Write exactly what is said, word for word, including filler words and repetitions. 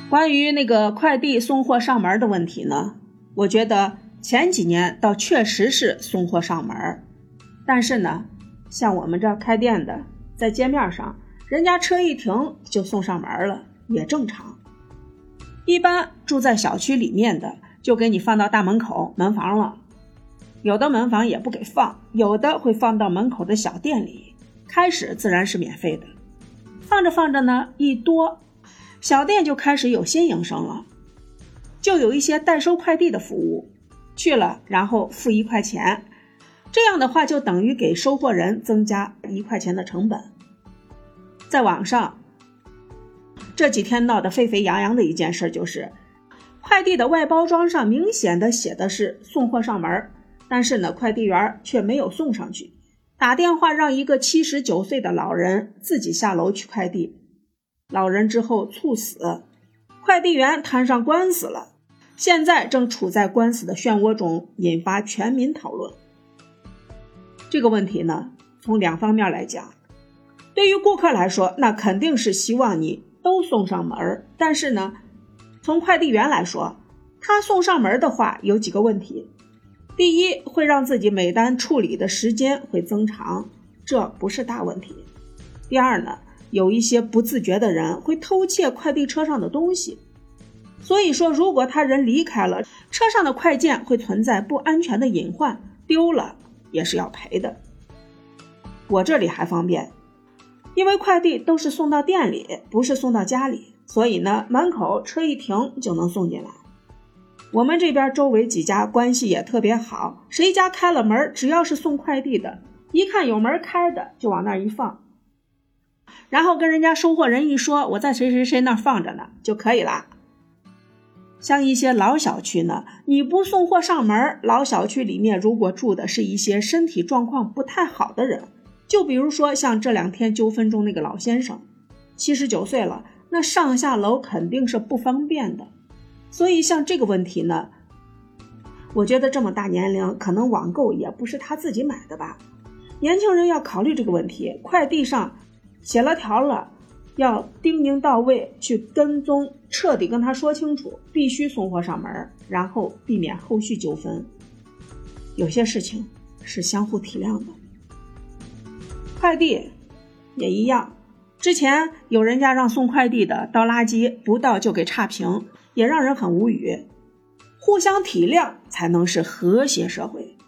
关于那个快递送货上门的问题呢，我觉得前几年倒确实是送货上门，但是呢，像我们这开店的，在街面上，人家车一停就送上门了，也正常。一般住在小区里面的，就给你放到大门口门房了，有的门房也不给放，有的会放到门口的小店里，开始自然是免费的，放着放着呢，一多小店就开始有新营生了，就有一些代收快递的服务，去了然后付一块钱，这样的话就等于给收货人增加一块钱的成本。在网上这几天闹得沸沸扬扬的一件事就是，快递的外包装上明显的写的是送货上门，但是呢，快递员却没有送上去，打电话让一个七十九岁的老人自己下楼取快递，老人之后猝死，快递员摊上官司了，现在正处在官司的漩涡中，引发全民讨论。这个问题呢，从两方面来讲，对于顾客来说，那肯定是希望你都送上门，但是呢，从快递员来说，他送上门的话有几个问题。第一，会让自己每单处理的时间会增长，这不是大问题。第二呢，有一些不自觉的人会偷窃快递车上的东西，所以说如果他人离开了，车上的快件会存在不安全的隐患，丢了也是要赔的。我这里还方便，因为快递都是送到店里，不是送到家里，所以呢，门口车一停就能送进来。我们这边周围几家关系也特别好，谁家开了门，只要是送快递的，一看有门开的就往那儿一放，然后跟人家收货人一说，我在谁谁谁那儿放着呢就可以了。像一些老小区呢，你不送货上门，老小区里面如果住的是一些身体状况不太好的人，就比如说像这两天纠纷中那个老先生，七十九岁了，那上下楼肯定是不方便的。所以像这个问题呢，我觉得这么大年龄可能网购也不是他自己买的吧。年轻人要考虑这个问题，快递上写了条了，要叮咛到位，去跟踪，彻底跟他说清楚，必须送货上门，然后避免后续纠纷。有些事情是相互体谅的。快递也一样，之前有人家让送快递的倒垃圾不倒就给差评，也让人很无语。互相体谅才能是和谐社会。